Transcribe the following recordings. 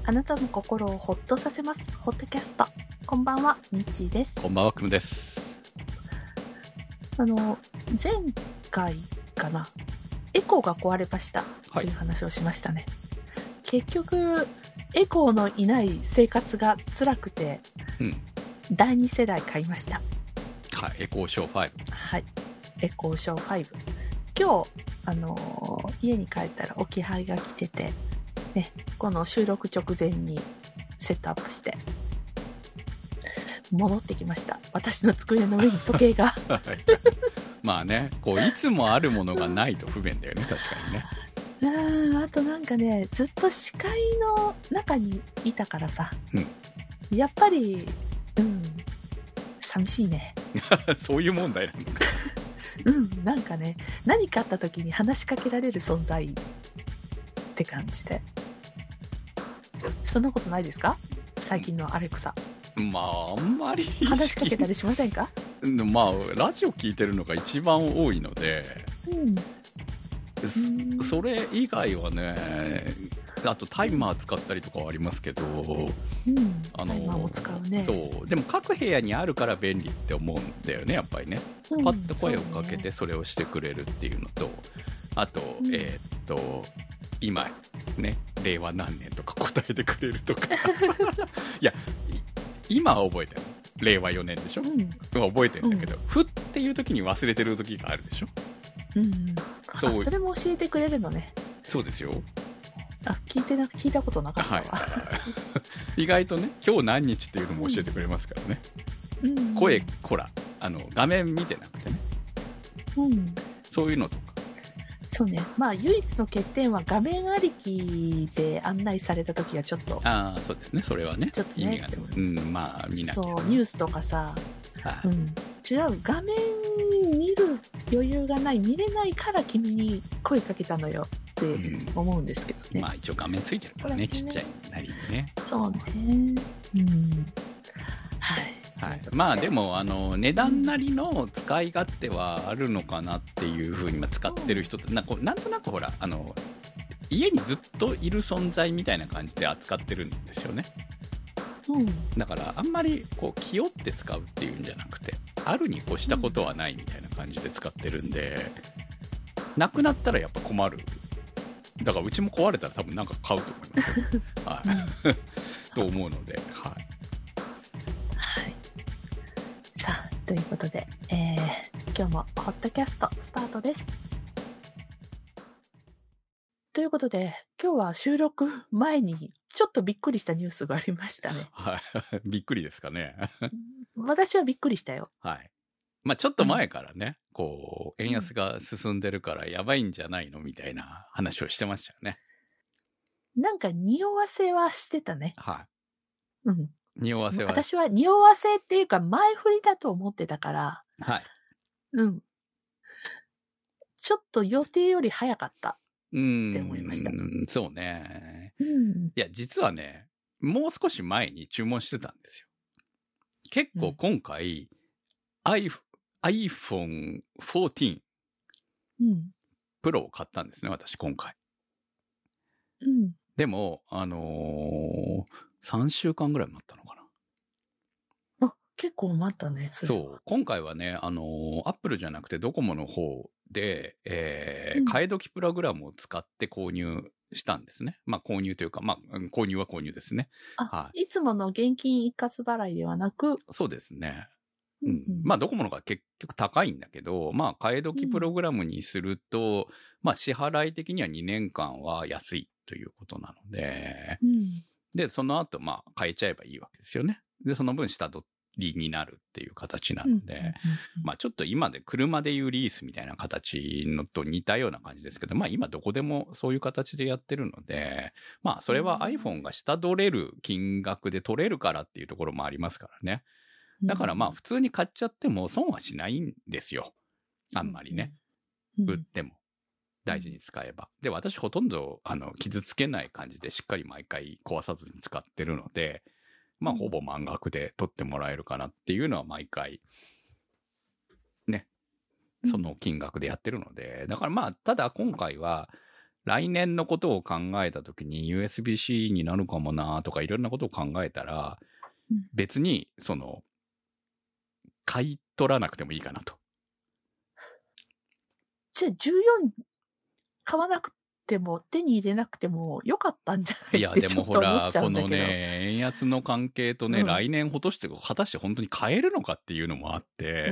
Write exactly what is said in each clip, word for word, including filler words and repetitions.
あなたの心をほっとさせますホットキャスト。こんばんは、みちです。 こんばんは、くむです。 あの前回かな、エコーが壊れましたという話をしましたね、はい、結局エコーのいない生活が辛くて、うん、だいに世代買いました。 はい、エコーショーファイブ。 はい、エコーショーファイブ。今日あのー、家に帰ったら置き配が来てて、ね、この収録直前にセットアップして戻ってきました。私の机の上に時計がまあね、こういつもあるものがないと不便だよね、確かにね。 うん、あとなんかね、ずっと視界の中にいたからさ、うん、やっぱり、うん、寂しいね。 そういう問題なのか。 うん、なんかね、何かあった時に話しかけられる存在って感じで。そんなことないですか？最近のアレクサ。 まあ、あんまり話しかけたりしませんか？ まあ、ラジオ聞いてるのが一番多いので、うん、それ以外はね、あとタイマー使ったりとかはありますけど、うん、 あのタイマーも使うね。 そうでも各部屋にあるから便利って思うんだよね、やっぱりね、うん、パッと声をかけてそれをしてくれるっていうのと、あと、うん、えー、っと今ね、令和何年とか答えてくれるとかいや今は覚えてる、令和よねんでしょ、うん、覚えてるんだけど、うん、ふっていう時に忘れてる時があるでしょ、 うん、そう、それも教えてくれるのね。 そうですよ。 あ、聞いてな聞いたことなかったわ、はい、 意外とね、今日何日っていうのも教えてくれますからね、うん、声こらあの画面見てなくてね、うん、そういうのとか。 そうね、まあ唯一の欠点は画面ありきで案内された時はちょっと、 ああそうですね、それはねちょっとね、 意味が、うん、まあ見なきゃ、ね、 そうニュースとかさ、うん、違う、画面見る余裕がない、見れないから君に声かけたのよって思うんですけどね、 うん、まあ一応画面ついてるから ね, ねちっちゃいなりにね。 そうね、うん、はいはい、まあでもあの値段なりの使い勝手はあるのかなっていう風に使ってる人って な, なんとなくほらあの家にずっといる存在みたいな感じで扱ってるんですよね、うん、だからあんまりこう気負って使うっていうんじゃなくて、あるに越したことはないみたいな感じで使ってるんで、なくなったらやっぱ困る。だからうちも壊れたら多分なんか買うと思いますよ、はい、と思うので、はい。 ということで、えー、今日もホットキャストスタートです。ということで、今日は収録前にちょっとびっくりしたニュースがありましたね。 はい、びっくりですかね。 私はびっくりしたよ。 はい。まあちょっと前からね、うん、こう円安が進んでるからやばいんじゃないのみたいな話をしてましたよね。 なんか匂わせはしてたね。 はい。 うん。 匂わせは。 私は匂わせっていうか前振りだと思ってたから。 はい。 うん。ちょっと予定より早かったって思いました。 うん、そうね。 うん。 いや、実はね、もう少し前に注文してたんですよ。結構今回、うん、アイフォンフォーティーン、うん、プロを買ったんですね、私今回。うん。でも、あのー、さんしゅうかんぐらい待ったのかな。 あ、結構待ったね。 そ, そう今回はね、あのー、アップルじゃなくてドコモの方で、えーうん、替え時プログラムを使って購入したんですね。まあ購入というか、まあ購入は購入ですね。 あ、はい、いつもの現金一括払いではなく。 そうですね。うんうん、まあドコモのが結局高いんだけど、まあ替え時プログラムにすると、うん、まあ支払い的にはにねんかんは安いということなので、うん、でその後まあ変えちゃえばいいわけですよね。でその分下取りになるっていう形なので、うんうんうん、まあちょっと今で車でいうリースみたいな形のと似たような感じですけど、まあ今どこでもそういう形でやってるので、まあそれは iPhone が下取れる金額で取れるからっていうところもありますからね。だからまあ普通に買っちゃっても損はしないんですよ。あんまりね。売っても。大事に使えば。で、私ほとんどあの傷つけない感じでしっかり毎回壊さずに使ってるので、まあほぼ満額で取ってもらえるかなっていうのは毎回、ね、その金額でやってるので、だからまあただ今回は、 来年のことを考えたときに ユーエスビー-C になるかもなとかいろんなことを考えたら、うん、別にその買い取らなくてもいいかなと。 じゃあじゅうよん買わなくても手に入れなくてもよかったんじゃない？ いやでもほらこのね円安の関係とね、うん、来年落として果たして本当に買えるのかっていうのもあって、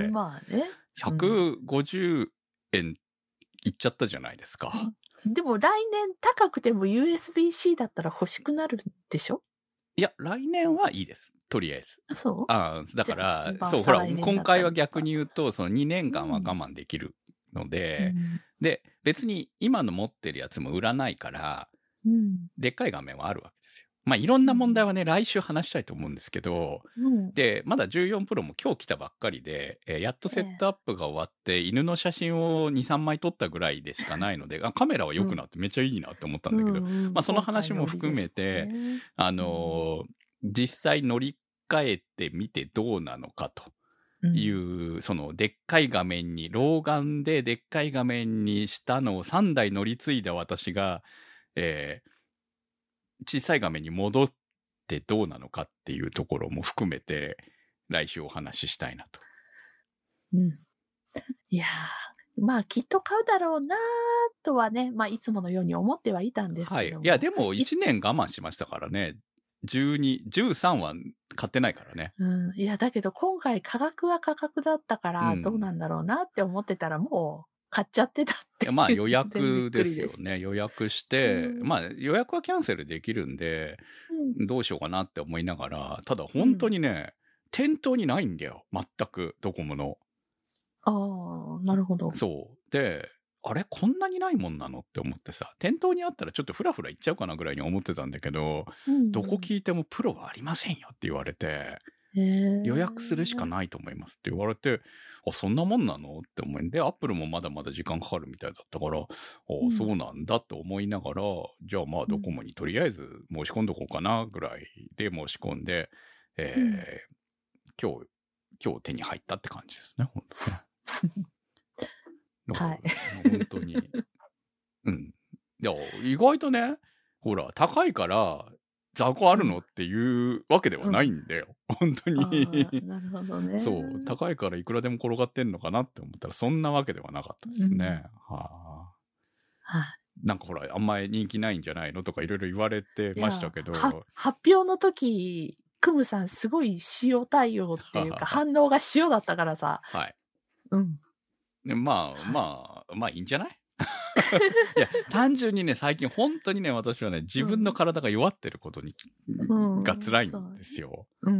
まあね、 ひゃくごじゅうえんいっちゃったじゃないですか。 うん、でも来年高くても ユーエスビー-C だったら欲しくなるでしょ？ いや来年はいいです。とりあえず。 そう？ ああ、だから、そう、ほら、今回は逆に言うと、そのにねんかんは我慢できるので、うん、で、別に今の持ってるやつも売らないから、うん、でっかい画面はあるわけですよ。まあ、いろんな問題はね、うん、来週話したいと思うんですけど、うん、で、まだじゅうよんプロも今日来たばっかりで、えー、やっとセットアップが終わって、えー、犬の写真をに、さんまい撮ったぐらいでしかないので、あカメラは良くなってめっちゃいいなって思ったんだけど、うん、まあ、その話も含めて、ね、あのー、実際乗り換えてみてどうなのかという、うん、そのでっかい画面に老眼ででっかい画面にしたのをさんだい乗り継いだ私が、えー、小さい画面に戻ってどうなのかっていうところも含めて来週お話ししたいなと。 うん、いやーまあきっと買うだろうなとはね、まあいつものように思ってはいたんですけども、 はい、いやでもいちねん我慢しましたからね。じゅうに、じゅうさんは買ってないからね。 うん。いや、だけど今回価格は価格だったからどうなんだろうなって思ってたらもう買っちゃってたっていう。 まあ予約ですよね。予約して、うん、まあ予約はキャンセルできるんで、うん、どうしようかなって思いながら、ただ本当にね、うん、店頭にないんだよ。全くドコモの。 ああ、なるほど。 そう。で、あれこんなにないもんなのって思ってさ、店頭にあったらちょっとフラフラ行っちゃうかなぐらいに思ってたんだけど、うんうん、どこ聞いてもプロはありませんよって言われて、予約するしかないと思いますって言われて、あ、そんなもんなのって思うんで、アップルもまだまだ時間かかるみたいだったから、あ、うん、そうなんだって思いながら、じゃあまあドコモにとりあえず申し込んどこうかなぐらいで申し込んで、えーうん、今日、今日手に入ったって感じですね、本当ね。はい。本当に。うん。いや、意外とね、ほら、高いから在庫あるのっていうわけではないんだよ。うん、本当に。 なるほどね。 そう。高いからいくらでも転がってんのかなって思ったら、そんなわけではなかったですね。うん、はあ。はい。なんかほら、あんまり人気ないんじゃないのとかいろいろ言われてましたけど。 発表の時、クムさんすごい塩対応っていうか、反応が塩だったからさ。 はい。 うん。 まあ、まあ、まあいいんじゃないいや、単純にね、最近本当にね、私はね、自分の体が弱ってることに、うん、が辛いんですよ。うんうん、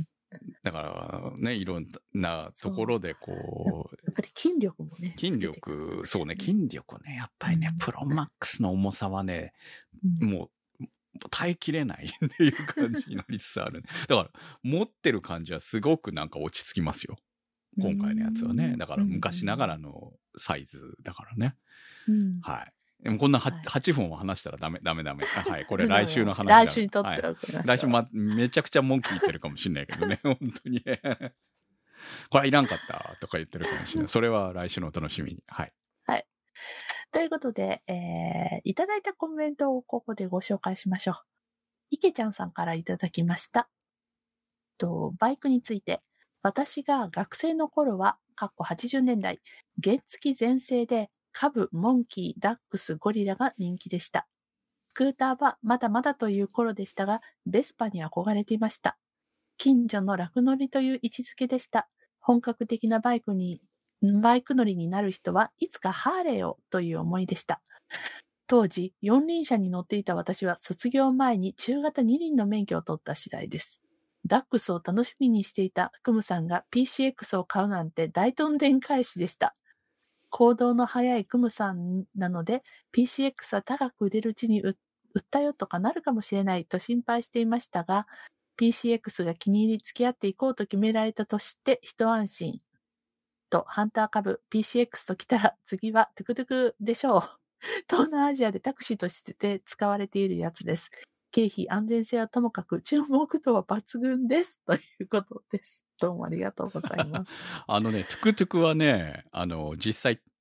だからね、いろんなところでこう。 やっぱり筋力もね。 筋力、そうね、筋力ね、やっぱりね、うん、プロマックスの重さはね、うん、もう、耐えきれないっていう感じになりつつある。だから、持ってる感じはすごくなんか落ち着きますよ。今回のやつはね。だから昔ながらのサイズだからね。うん、はい。でもこんな 8,、はい、はちふんも話したらダメ、ダメダメ。はい。これ来週の話だ。 来週にとっておきましょう。 来週ま、めちゃくちゃ文句言ってるかもしれないけどね。本当に。これはいらんかったとか言ってるかもしれない。それは来週のお楽しみに。はい。 はい。ということで、えー、いただいたコメントをここでご紹介しましょう。池ちゃんさんからいただきました。と、バイクについて。私が学生の頃は、かっこはちじゅうねんだい、原付全盛で、カブ、モンキー、ダックス、ゴリラが人気でした。スクーターはまだまだという頃でしたが、ベスパに憧れていました。近所の楽乗りという位置づけでした。本格的なバイクに、バイク乗りになる人はいつかハーレーをという思いでした。当時、四輪車に乗っていた私は卒業前に中型二輪の免許を取った次第です。ダックスを楽しみにしていたクムさんが ピーシーエックス を買うなんて大どんでん返しでした。行動の早いクムさんなので ピーシーエックス は高く売れるうちに売ったよとかなるかもしれないと心配していましたが、ピーシーエックス が気に入り付き合っていこうと決められたとして一安心。と、ハンター株 ピーシーエックス と来たら次はトゥクトゥクでしょう。東南アジアでタクシーとして使われているやつです。経費安全性はともかく注目度は抜群ですということです。どうもありがとうございます。 あのね、トゥクトゥクはね、あの実際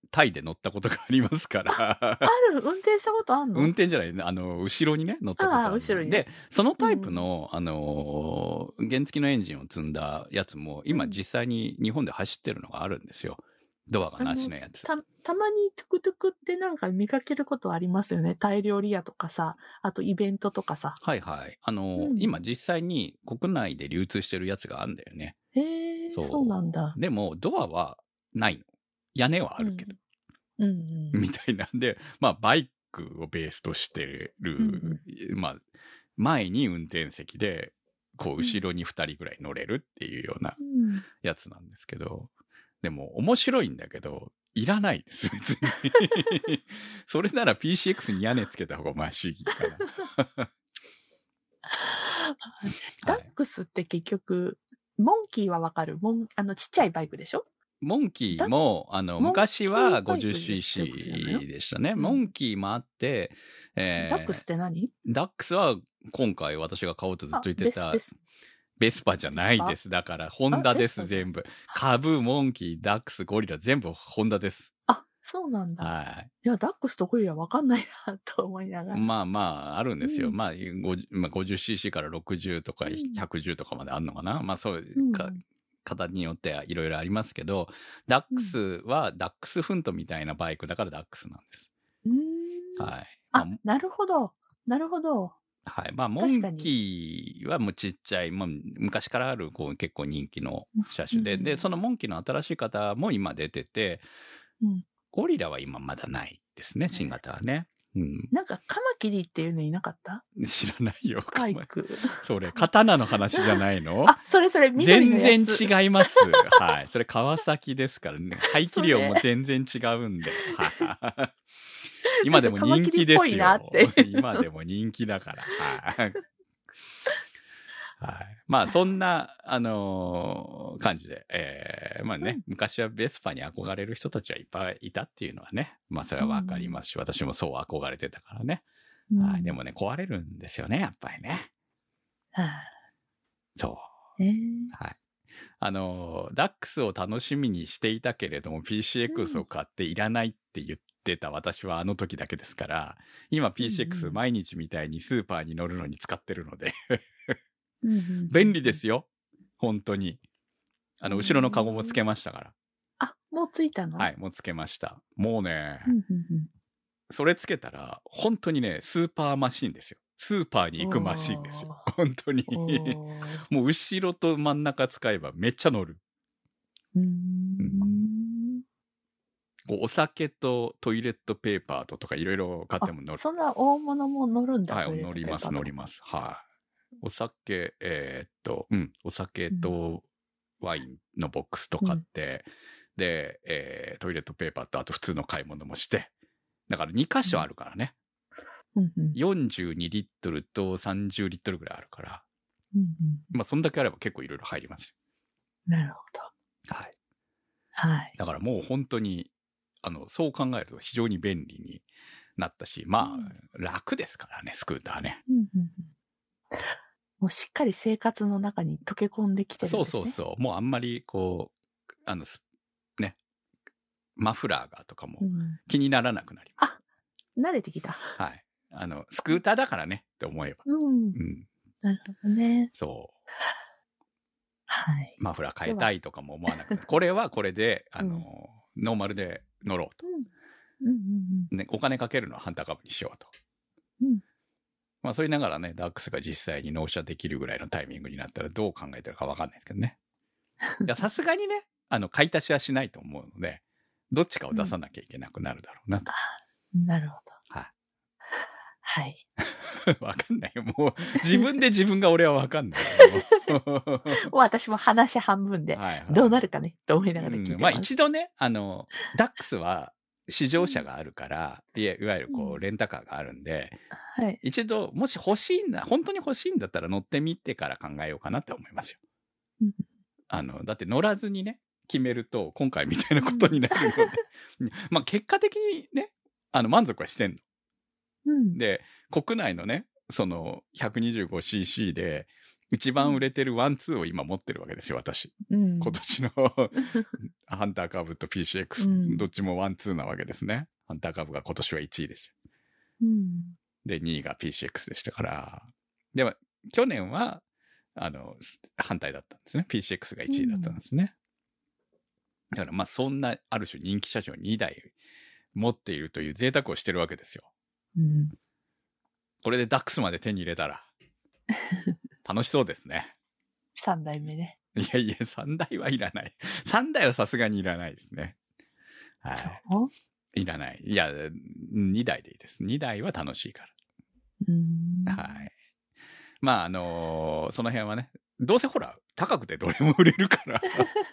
タイで乗ったことがありますから。 ある運転したことあんの？ 運転じゃない、あの、後ろにね、乗ったことある。 ああ、後ろに、ね。 で、そのタイプの、うん、あの、原付のエンジンを積んだやつも、今実際に日本で走ってるのがあるんですよ。ドアがなしのやつ。 た、たまにトゥクトゥクってなんか見かけることありますよね。タイ料理屋とかさ、あとイベントとかさ。 はいはい。あの、うん、今実際に国内で流通してるやつがあるんだよね。 へえ、そう、そうなんだ。 でも、ドアはないの。屋根はあるけど。 うん。うんうん、 みたいなんで、まあ、バイクをベースとしてる、うんうん、まあ、前に運転席で、こう、後ろにふたりぐらい乗れるっていうようなやつなんですけど、でも、面白いんだけど、いらないです、別に。それなら ピーシーエックス に屋根つけた方がマシかな。 ダックスって結局、モンキーはわかる？モン、あの、ちっちゃいバイクでしょ？ モンキーも、あの、昔は ごじゅっシーシー でしたね。モンキーもあって、 えー、ダックスって何？ ダックスは今回私が買おうとずっと言ってた、ベス、ベスパじゃないです。だから、ホンダです、全部。株、モンキー、ダックス、ゴリラ、全部ホンダです。 あ、そうなんだ。 はい。 いや、ダックスとゴリラわかんないな、と思いながら。 まあまあ、あるんですよ。うん、まあ、ごじゅっシーシー からろくじゅうとかひゃくじゅうとかまであるのかな。うん、まあ、そういうか、うん方によってはいろいろありますけど、ダックスはダックスフントみたいなバイクだからダックスなんです。 うーん。はい。あ、まあ、なるほど。なるほど。 はい。まあ、モンキーはもうちっちゃい、まあ、昔からあるこう結構人気の車種で、うん、で、そのモンキーの新しい方も今出てて、うん、ゴリラは今まだないですね、新型はね。うん、 なんか、カマキリっていうのいなかった？ 知らないよ。 バイク。 それ、刀の話じゃないの？ あ、それそれ、緑のやつ。 全然違います。はい。それ、川崎ですからね。排気量も全然違うんで。はい。今でも人気ですよ。今でも人気だから。はい。はい。まあ、そんな、あのー、感じで、えー、まあね、うん、昔はベスパに憧れる人たちはいっぱいいたっていうのはね、まあ、それはわかりますし、うん、私もそう憧れてたからね。うん、はい。でもね、壊れるんですよね、やっぱりね。はあ、そう。えー、はい。あのー、ダックスを楽しみにしていたけれども、ピーシーエックス を買っていらないって言ってた私はあの時だけですから、今 ピーシーエックス 毎日みたいにスーパーに乗るのに使ってるので。うんうん、便利ですよ。本当に。あの、後ろのカゴもつけましたから。 あ、もうついたの？ はい、もうつけました。もうね、うんうんうん、それつけたら、本当にね、スーパーマシンですよ。スーパーに行くマシンですよ。本当に。もう後ろと真ん中使えばめっちゃ乗る。うーん、うん、お酒とトイレットペーパーととかいろいろ買っても乗る。 そんな大物も乗るんだ。 はい、乗ります、乗ります。はい。お酒、えー、っと、うん、お酒とワインのボックスと買って、うん、で、えー、トイレットペーパーとあと普通の買い物もして、だからに箇所あるからね。うんうん、よんじゅうにリットルとさんじゅうリットルぐらいあるから、うんうん、まあそんだけあれば結構いろいろ入りますよ。 なるほど。はい。 はい。 だからもう本当に、あの、そう考えると非常に便利になったし、まあ、うん、楽ですからね、スクーターね。うんうんうん、 もうしっかり生活の中に溶け込んできてるんですね。 そうそうそう。もうあんまりこう、あの、ね、マフラーがとかも気にならなくなります。 うん、あ、慣れてきた。 はい。あの、スクーターだからねって思えば。 うん。うん、なるほどね。 そう。 はい。 マフラー変えたいとかも思わなくて、これはこれで、あの、うん、ノーマルで乗ろうと。うんうんうんね、お金かけるのはハンター株にしようと。うんまあそう言いながらね、ダックスが実際に納車できるぐらいのタイミングになったらどう考えてるかわかんないですけどね。いや、さすがにね、あの、買い足しはしないと思うので、どっちかを出さなきゃいけなくなるだろうなと。 うん、なるほど。 はい。 はい。 わかんないよ。もう、自分で自分が俺はわかんない。 もう私も話半分で、どうなるかね、と思いながら聞いてます。 うん、まあ一度ね、あの、ダックスは、試乗車があるから、いわゆるこう、レンタカーがあるんで、 うん、はい。 一度、もし欲しいんだ、本当に欲しいんだったら乗ってみてから考えようかなって思いますよ。うん、あの、だって乗らずにね、決めると、今回みたいなことになるので、うん、まあ結果的にね、あの、満足はしてんの。うん、で、国内のね、その ひゃくにじゅうごシーシー で、 一番売れてるワン、ツーを今持ってるわけですよ、私。うん、今年のハンターカブと ピーシーエックス、うん、どっちもワン、ツーなわけですね。ハンターカブが今年はいちいでした。うん、で、にいが ピーシーエックス でしたから。でも、去年は、あの、反対だったんですね。ピーシーエックス がいちいだったんですね。うん、だからまあそんな、ある種人気車種をにだい持っているという贅沢をしてるわけですよ。うん、これでダックスまで手に入れたら、楽しそうですね。 さんだいめね。 いやいや、さんだいはいらない。さんだいはさすがにいらないですね。はい。いらない。いや、にだいでいいです。にだいは楽しいから。うん、はい。まあ、あのー、その辺はね、どうせほら、高くてどれも売れるから。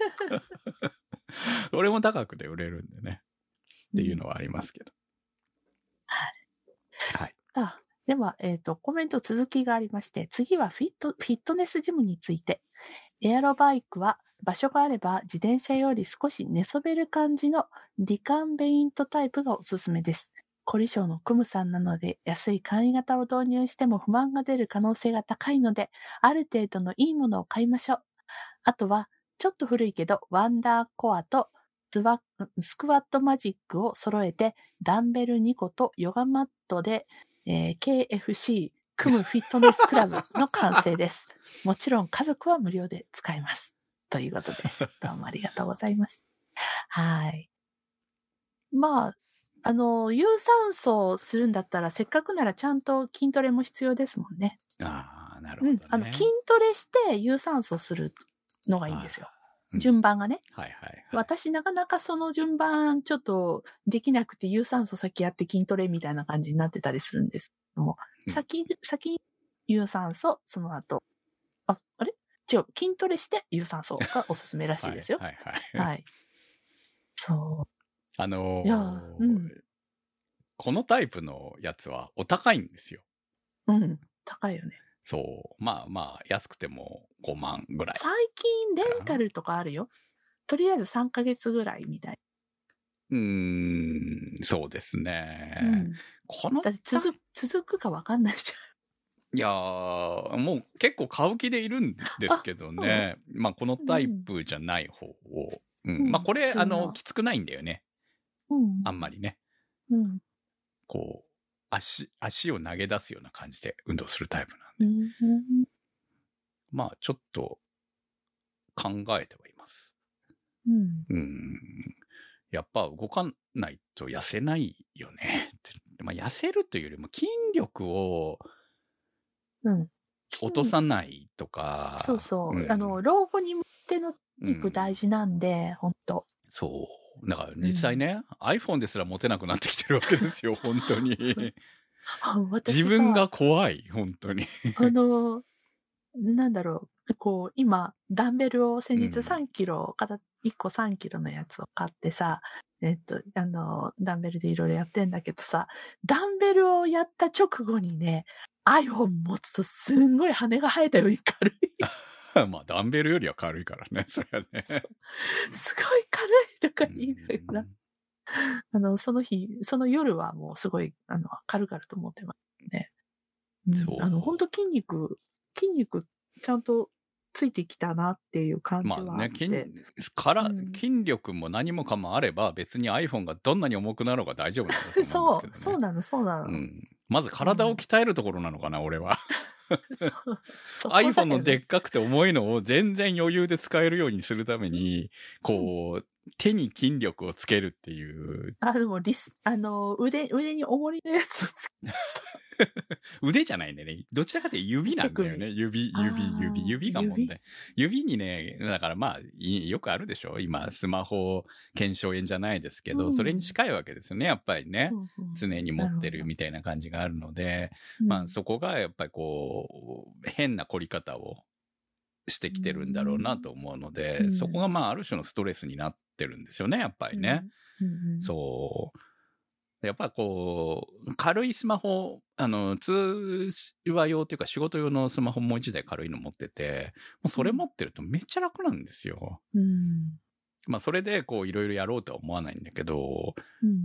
どれも高くて売れるんでね。っていうのはありますけど。 はい。はい。あ、では、えっと、コメント続きがありまして、次はフィット、フィットネスジムについて。エアロバイクは場所があれば自転車より少し寝そべる感じのリカンベイントタイプがおすすめです。凝り性のクムさんなので安い簡易型を導入しても不満が出る可能性が高いので、ある程度のいいものを買いましょう。あとは、ちょっと古いけどワンダーコアとスワスクワットマジックを揃えてダンベルにことヨガマットで、えー、ケーエフシー クムフィットネスクラブの完成です。もちろん家族は無料で使えます。ということです。どうもありがとうございます。はい。まあ、あの、有酸素をするんだったら、せっかくならちゃんと筋トレも必要ですもんね。 ああ、なるほど、ね。 うん。あの、筋トレして有酸素するのがいいんですよ。うん、順番がね。はいはい、はい。私、なかなかその順番、ちょっとできなくて、有酸素先やって筋トレみたいな感じになってたりするんですけども、うん、先、先、有酸素、その後、あ、あれ違う、筋トレして有酸素がおすすめらしいですよ。はいはいはい。はい。そう。 あのー、いや、うん、このタイプのやつはお高いんですよ。 うん、高いよね。 そう。まあまあ、安くてもごまんぐらい。 最近レンタルとかあるよ。とりあえずさんかげつぐらいみたい。 うーん、そうですね。うん、このだって続、続くかわかんないじゃん。 いやー、もう結構買う気でいるんですけどね。まあ、このタイプじゃない方を。うん。うん、まあ、これ、あの、きつくないんだよね。うん。あんまりね。うん。こう、足、足を投げ出すような感じで運動するタイプなんで。うん、まあ、ちょっと、考えてはいます。うん。うん。やっぱ動かないと痩せないよね。まあ、痩せるというよりも筋力を、うん。落とさないとか。 そうそう。うん、あの、老後に向けての筋肉大事なんで、ほんと。 そう。だから実際ね、うん、iPhone ですら持てなくなってきてるわけですよ、本当に。自分が怖い、本当に。 あの、なんだろう。こう、今、ダンベルを先日さんキロ、うん、いっこさんキロのやつを買ってさ、えっと、あの、ダンベルでいろいろやってんだけどさ、ダンベルをやった直後にね、iPhone 持つとすんごい羽が生えたように軽い。 まあ、ダンベルよりは軽いからね、それはね。 すごい軽いとか言いながら。あの、その日、その夜はもうすごい、あの、軽々と思ってますね。うん、そうあの、本当筋肉、筋肉、ちゃんとついてきたなっていう感じはあって。まあね、筋、 から、うん、筋力も何もかもあれば、別に iPhone がどんなに重くなろうが大丈夫なんだと思うんですけどね。そう、 そうなの、そうなの。うん。 まず体を鍛えるところなのかな、うん、俺は。iPhone のでっかくて重いのを全然余裕で使えるようにするために、こう、手に筋力をつけるっていう。 あ、でもリス、あの、腕、腕に重りのやつをつけ腕じゃないんだよね。どちらかというと指なんだよね。指、指、指、指が問題。指にね、だからまあ、よくあるでしょ今、スマホ腱鞘炎じゃないですけど、うん、それに近いわけですよね。やっぱりね。うんうん、常に持ってるみたいな感じがあるので、まあそこがやっぱりこう、変な凝り方をしてきてるんだろうなと思うので、うん、そこがまあある種のストレスになってるんですよね、やっぱりね。うんうん、そう。やっぱこう、軽いスマホ、あの、通話用というか仕事用のスマホもう一台軽いの持ってて、もうそれ持ってるとめっちゃ楽なんですよ。うん、まあそれでこういろいろやろうとは思わないんだけど、うん、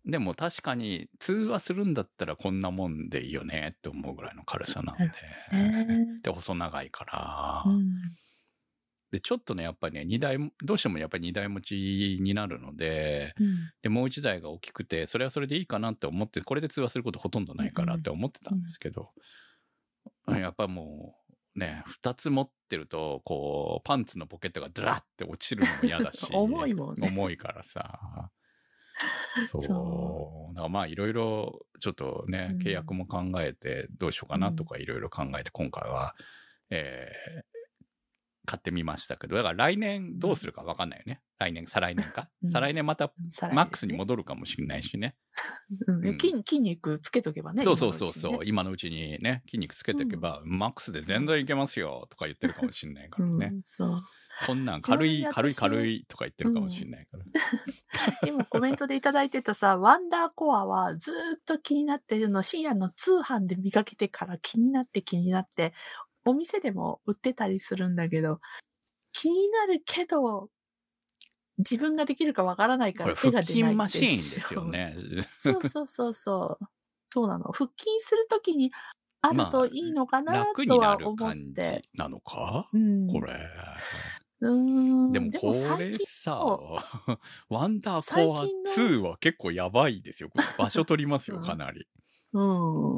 でも確かに通話するんだったらこんなもんでいいよねって思うぐらいの軽さなんで、 えー、 で細長いから、 うん、 でちょっとねやっぱりねにだいどうしてもやっぱりにだい持ちになるので、 うん、でもういちだいが大きくてそれはそれでいいかなって思ってこれで通話することほとんどないからって思ってたんですけど、うんうん、やっぱもうねふたつ持ってるとこうパンツのポケットがドラッて落ちるのも嫌だし重いもんね、 重いからさそう。そうだからまあいろいろちょっとね、うん、契約も考えてどうしようかなとかいろいろ考えて今回は、うん、えー、買ってみましたけど、だから来年どうするか分かんないよね。うん、来年、再来年か。うん、再来年またマックスに戻るかもしれないしね。 うんうん、筋, 筋肉つけとけばね。 そうそうそうそう、今のうちにね、筋肉つけとけば、うん、マックスで全然いけますよとか言ってるかもしれないからね。うん、そうこんなん軽い軽い軽いとか言ってるかもしれないから。 うん、今コメントでいただいてたさ、ワンダーコアはずっと気になってるの、深夜の通販で見かけてから気になって気になって、お店でも売ってたりするんだけど、気になるけど、自分ができるかわからないから手が出ない。 腹筋マシーンですよね。 そうそうそうそう。そうなの。腹筋するときにあるといいのかなとは思って。 まあ、楽になる感じなのか、うん、これ。うーんでもこれさ、ワンダーコアツーは結構やばいですよ。場所取りますよ、かなり。 うん。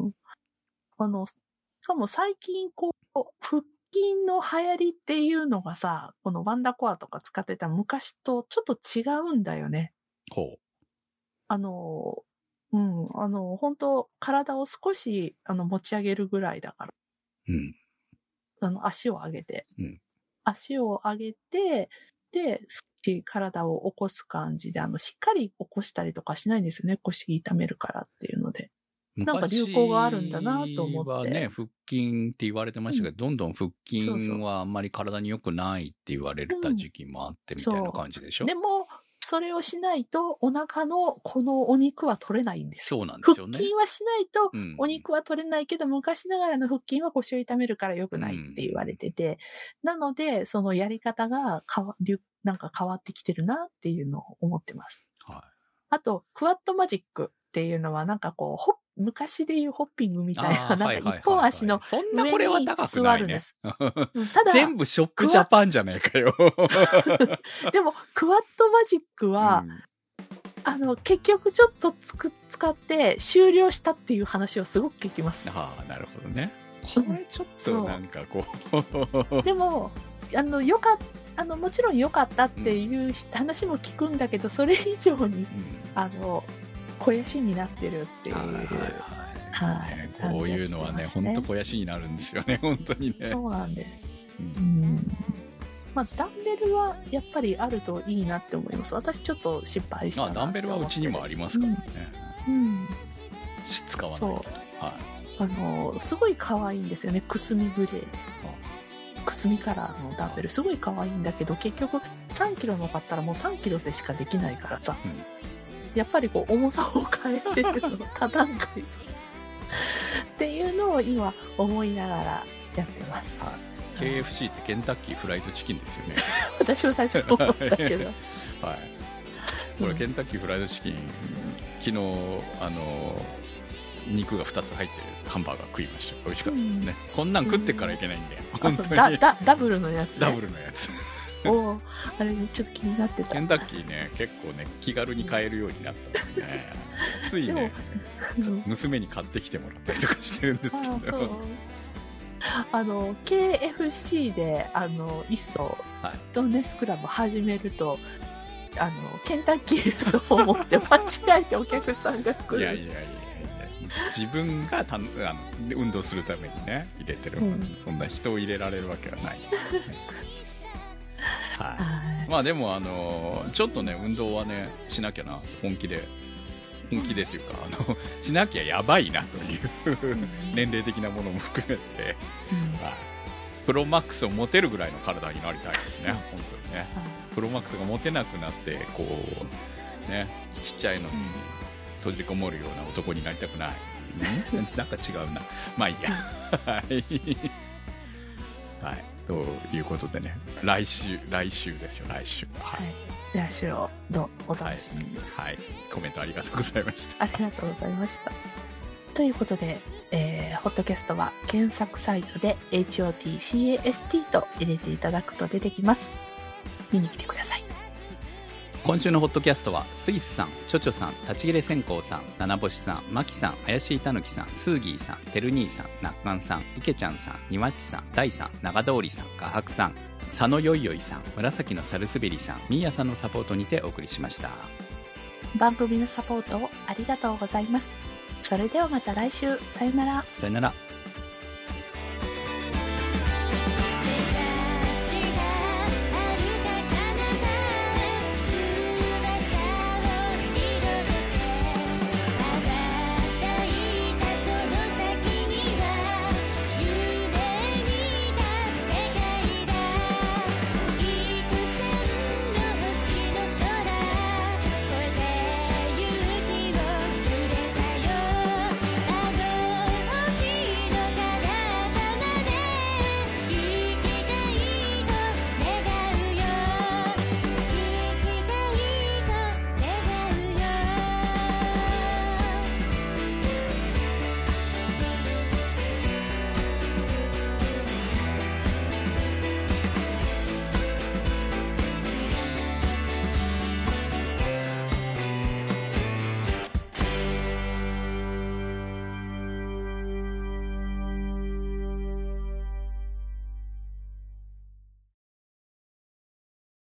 あの、しかも最近こう、腹筋の流行りっていうのがさ、このワンダーコアとか使ってた昔とちょっと違うんだよね。 ほう。 あの、うん、あの、本当体を少しあの持ち上げるぐらいだから。 うん。 あの、足を上げて。 うん。 足を上げて、で、少し体を起こす感じで、あの、しっかり起こしたりとかしないんですよね。腰痛めるからっていうので。なんか流行があるんだなと思って。 昔はね、腹筋って言われてましたけど、うん、どんどん腹筋はあんまり体に良くないって言われた時期もあってみたいな感じでしょ。 うん、でも、それをしないとお腹のこのお肉は取れないんですよ。 そうなんですよね。 腹筋はしないとお肉は取れないけど、うん、昔ながらの腹筋は腰を痛めるから良くないって言われてて、うん、なので、そのやり方が変わ、なんか変わってきてるなっていうのを思ってます。 はい。 あと、クワッドマジックっていうのはなんかこう、ホッ昔でいうホッピングみたいな、なんか一本足の上に座るんです。ただ、 全部ショップジャパンじゃないかよ。 でも、クワッドマジックは、うん、あの、結局ちょっとつく使って終了したっていう話をすごく聞きます。 ああ、なるほどね。これちょっとなんかこう。うん、でも、あの、よかった、あの、もちろん良かったっていう話も聞くんだけど、それ以上に、うん、あの、肥やしになってるっていう。はいはいはい、こういうのはね、本当肥やしになるんですよね、本当にね。 そうなんです。うん。まあ、ダンベルはやっぱりあるといいなって思います。私ちょっと失敗したなって思って。 あ、ダンベルはうちにもありますからね。うん。うん、使わない。そう。はい。 あの、すごい可愛いんですよね、くすみグレー。くすみカラーのダンベル、すごい可愛いんだけど、結局さんキロの買ったらもうさんキロでしかできないからさ。うん、やっぱりこう重さを変えてるの多段階っていうのを今思いながらやってます。はい、 ケーエフシー ってケンタッキーフライドチキンですよね。 私も最初思ったけど。 はい。これケンタッキーフライドチキン、昨日あの肉がふたつ入ってるハンバーガー食いました。美味しかったですね。うん、こんなん食ってからいけないんだよ。うん、本当にだだダブルのやつ、ね。 ダブルのやつ。 おあれちょっと気になってた。 ケンタッキーね結構ね気軽に買えるようになったので、ね、ついね娘に買ってきてもらったりとかしてるんですけど、あ, あの ケーエフシー であの一層フィットネスクラブ始めると、あのケンタッキーだと思って間違えてお客さんが来る。 いやいやいやいや、自分がたあの運動するためにね入れてる、うん、そんな人を入れられるわけはないですよね。はい、まあでもあのちょっとね運動はねしなきゃな本気で本気でというかあのしなきゃやばいなという年齢的なものも含めて、うんはい、プロマックスを持てるぐらいの体になりたいですね、うん、本当にね、うん、プロマックスが持てなくなってこうねちっちゃいのに閉じこもるような男になりたくない、うん、なんか違うなまあいいやはい、はいということでね、来週、来週ですよ、来週。 はい。来週をどうお楽しみに、 はい。はい。コメントありがとうございました。 ありがとうございました。ということで、えー、ホットキャストは検索サイトで エイチオーティーシーエーエスティー と入れていただくと出てきます。見に来てください。 今週のホットキャストはスイスさん、チョチョさん、立ち切れ線香さん、七星さん、マキさん、怪しいたぬきさん、スーギーさん、てる兄さん、なっかんさん、いけちゃんさん、にわっちさん、大さん、長通りさん、画伯さん、佐野よいよいさん、紫のサルスベリさん、ミーヤさんのサポートにてお送りしました。 番組のサポートをありがとうございます。それではまた来週。さよなら。 さよなら。